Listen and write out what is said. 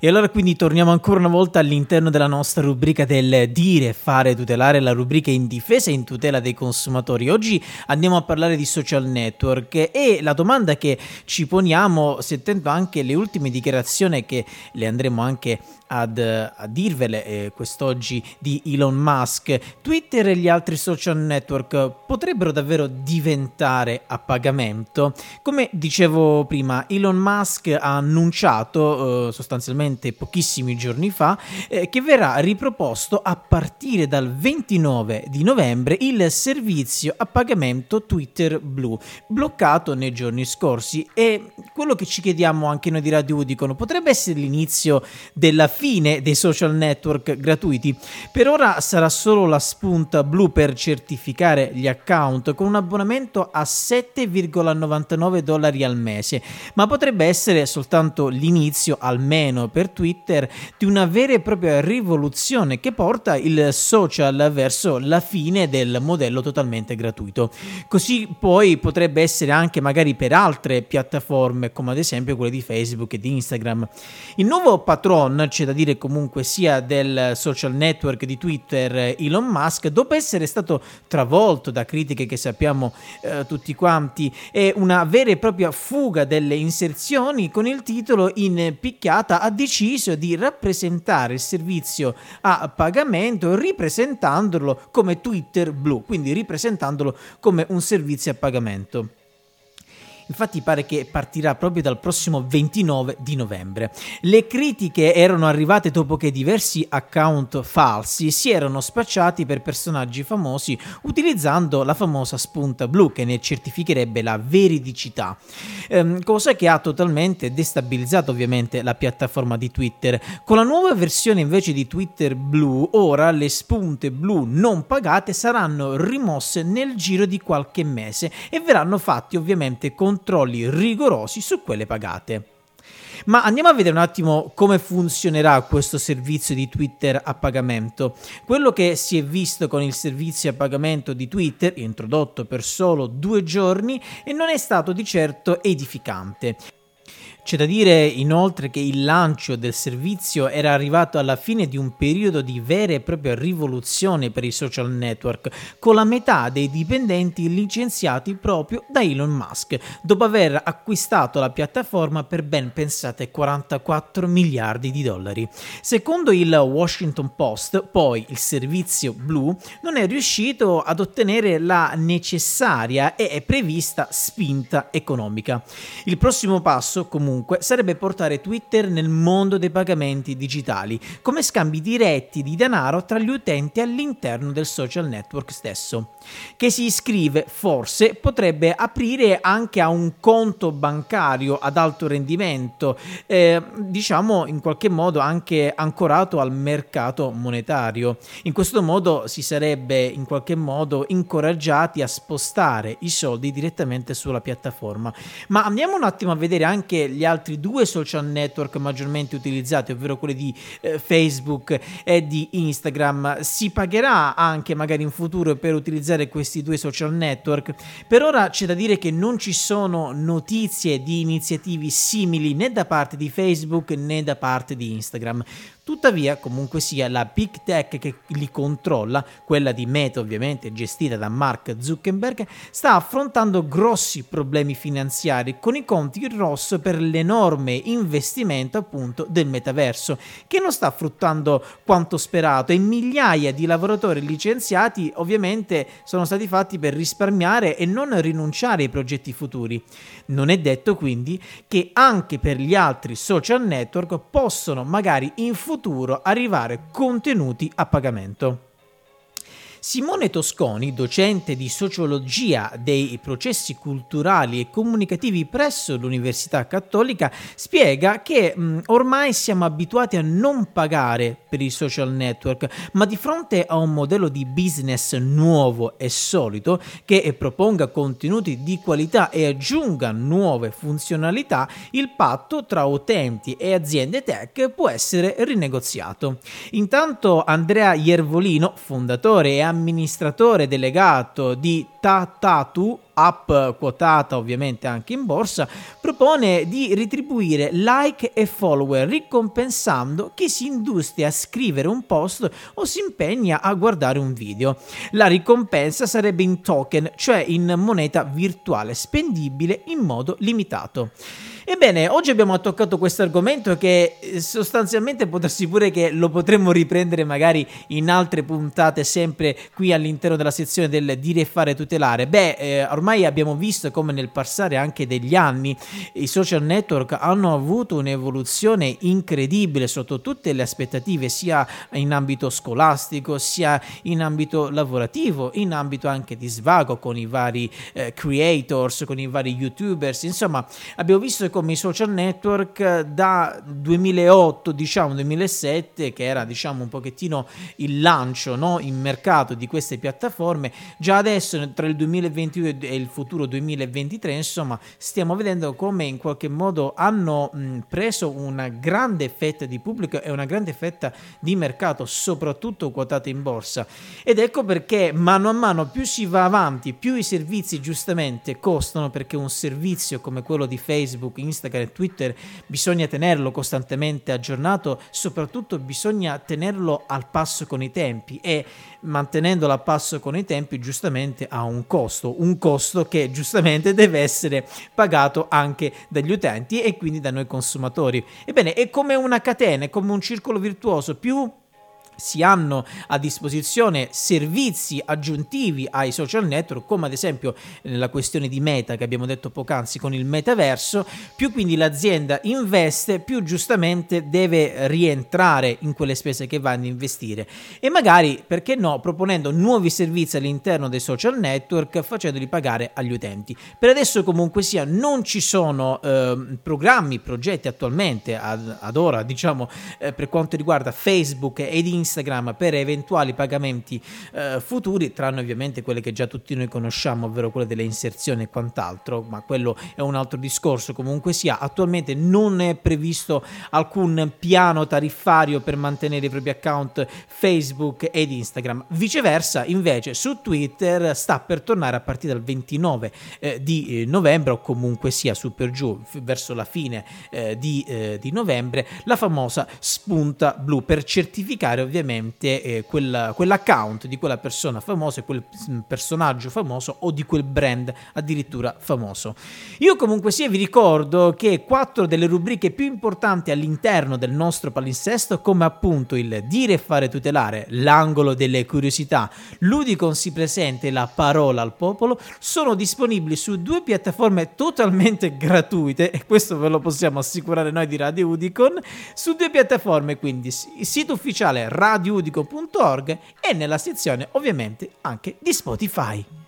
E allora quindi torniamo ancora una volta all'interno della nostra rubrica del dire, fare, tutelare, la rubrica in difesa e in tutela dei consumatori. Oggi andiamo a parlare di social network e la domanda che ci poniamo, sentendo anche le ultime dichiarazioni che le andremo anche a dirvele quest'oggi di Elon Musk, Twitter e gli altri social network potrebbero davvero diventare a pagamento? Come dicevo prima, Elon Musk ha annunciato sostanzialmente pochissimi giorni fa che verrà riproposto a partire dal 29 di novembre il servizio a pagamento Twitter Blue, bloccato nei giorni scorsi. E quello che ci chiediamo anche noi di Radio Udicon, potrebbe essere l'inizio della fine dei social network gratuiti? Per ora sarà solo la spunta blu per certificare gli account con un abbonamento a $7,99 al mese, ma potrebbe essere soltanto l'inizio, almeno per Twitter, di una vera e propria rivoluzione che porta il social verso la fine del modello totalmente gratuito. Così poi potrebbe essere anche magari per altre piattaforme, come ad esempio quelle di Facebook e di Instagram. Il nuovo patron, c'è da dire comunque, sia del social network di Twitter, Elon Musk, dopo essere stato travolto da critiche che sappiamo tutti quanti e una vera e propria fuga delle inserzioni con il titolo in picchiata, ha deciso di rappresentare il servizio a pagamento ripresentandolo come Twitter Blue, quindi ripresentandolo come un servizio a pagamento. Infatti pare che partirà proprio dal prossimo 29 di novembre. Le critiche erano arrivate dopo che diversi account falsi si erano spacciati per personaggi famosi utilizzando la famosa spunta blu che ne certificherebbe la veridicità, cosa che ha totalmente destabilizzato ovviamente la piattaforma di Twitter. Con la nuova versione invece di Twitter Blue, ora le spunte blu non pagate saranno rimosse nel giro di qualche mese e verranno fatti ovviamente controlli rigorosi su quelle pagate. Ma andiamo a vedere un attimo come funzionerà questo servizio di Twitter a pagamento. Quello che si è visto con il servizio a pagamento di Twitter, introdotto per solo 2 giorni, e non è stato di certo edificante. C'è da dire inoltre che il lancio del servizio era arrivato alla fine di un periodo di vera e propria rivoluzione per i social network, con la metà dei dipendenti licenziati proprio da Elon Musk, dopo aver acquistato la piattaforma per ben, pensate, $44 miliardi. Secondo il Washington Post, poi, il servizio Blue non è riuscito ad ottenere la necessaria e prevista spinta economica. Il prossimo passo, comunque, sarebbe portare Twitter nel mondo dei pagamenti digitali, come scambi diretti di denaro tra gli utenti all'interno del social network stesso. Che si iscrive forse potrebbe aprire anche a un conto bancario ad alto rendimento, diciamo in qualche modo anche ancorato al mercato monetario. In questo modo si sarebbe in qualche modo incoraggiati a spostare i soldi direttamente sulla piattaforma. Ma andiamo un attimo a vedere anche gli altri 2 social network maggiormente utilizzati, ovvero quelli di Facebook e di Instagram. Si pagherà anche magari in futuro per utilizzare questi 2 social network? Per ora c'è da dire che non ci sono notizie di iniziative simili né da parte di Facebook né da parte di Instagram. Tuttavia, comunque sia, la Big Tech che li controlla, quella di Meta ovviamente gestita da Mark Zuckerberg, sta affrontando grossi problemi finanziari con i conti in rosso per l'enorme investimento appunto del metaverso, che non sta fruttando quanto sperato, e migliaia di lavoratori licenziati ovviamente sono stati fatti per risparmiare e non rinunciare ai progetti futuri. Non è detto quindi che anche per gli altri social network possono magari in futuro arrivare contenuti a pagamento. Simone Tosconi, docente di sociologia dei processi culturali e comunicativi presso l'Università Cattolica, spiega che ormai siamo abituati a non pagare per i social network, ma di fronte a un modello di business nuovo e solido che proponga contenuti di qualità e aggiunga nuove funzionalità, il patto tra utenti e aziende tech può essere rinegoziato. Intanto Andrea Iervolino, fondatore e amministratore delegato di Tatatu, app quotata ovviamente anche in borsa, propone di retribuire like e follower ricompensando chi si industria a scrivere un post o si impegna a guardare un video. La ricompensa sarebbe in token, cioè in moneta virtuale spendibile in modo limitato. Ebbene, oggi abbiamo toccato questo argomento che sostanzialmente potresti pure che lo potremmo riprendere magari in altre puntate, sempre qui all'interno della sezione del dire, fare, tutelare. Ormai abbiamo visto come nel passare anche degli anni i social network hanno avuto un'evoluzione incredibile sotto tutte le aspettative, sia in ambito scolastico, sia in ambito lavorativo, in ambito anche di svago con i vari creators, con i vari youtubers. Insomma, abbiamo visto come i social network da 2008, 2007, che era un pochettino il lancio, no, in mercato di queste piattaforme, già adesso tra il 2022 e il futuro 2023, insomma, stiamo vedendo come in qualche modo hanno preso una grande fetta di pubblico e una grande fetta di mercato, soprattutto quotate in borsa. Ed ecco perché mano a mano più si va avanti, più i servizi giustamente costano, perché un servizio come quello di Facebook, Instagram e Twitter bisogna tenerlo costantemente aggiornato, soprattutto bisogna tenerlo al passo con i tempi, e mantenendolo al passo con i tempi giustamente ha un costo che giustamente deve essere pagato anche dagli utenti e quindi da noi consumatori. Ebbene, è come una catena, è come un circolo virtuoso: più si hanno a disposizione servizi aggiuntivi ai social network, come ad esempio la questione di Meta che abbiamo detto poc'anzi con il metaverso, più quindi l'azienda investe, più giustamente deve rientrare in quelle spese che vanno a investire, e magari, perché no, proponendo nuovi servizi all'interno dei social network, facendoli pagare agli utenti. Per adesso comunque sia non ci sono progetti attualmente ad ora, per quanto riguarda Facebook ed Instagram per eventuali pagamenti futuri, tranne ovviamente quelle che già tutti noi conosciamo, ovvero quelle delle inserzioni e quant'altro, ma quello è un altro discorso. Comunque sia, attualmente non è previsto alcun piano tariffario per mantenere i propri account Facebook ed Instagram. Viceversa, invece, su Twitter sta per tornare a partire dal 29 di novembre, o comunque sia su per giù verso la fine di novembre, la famosa spunta blu, per certificare ovviamente quell'account di quella persona famosa, quel personaggio famoso o di quel brand addirittura famoso. Io comunque sia vi ricordo che 4 delle rubriche più importanti all'interno del nostro palinsesto, come appunto il dire, fare, tutelare, l'angolo delle curiosità, l'Udicon si presenta e la parola al popolo, sono disponibili su 2 piattaforme totalmente gratuite, e questo ve lo possiamo assicurare noi di Radio Udicon, su 2 piattaforme, quindi il sito ufficiale radioudico.org e nella sezione ovviamente anche di Spotify.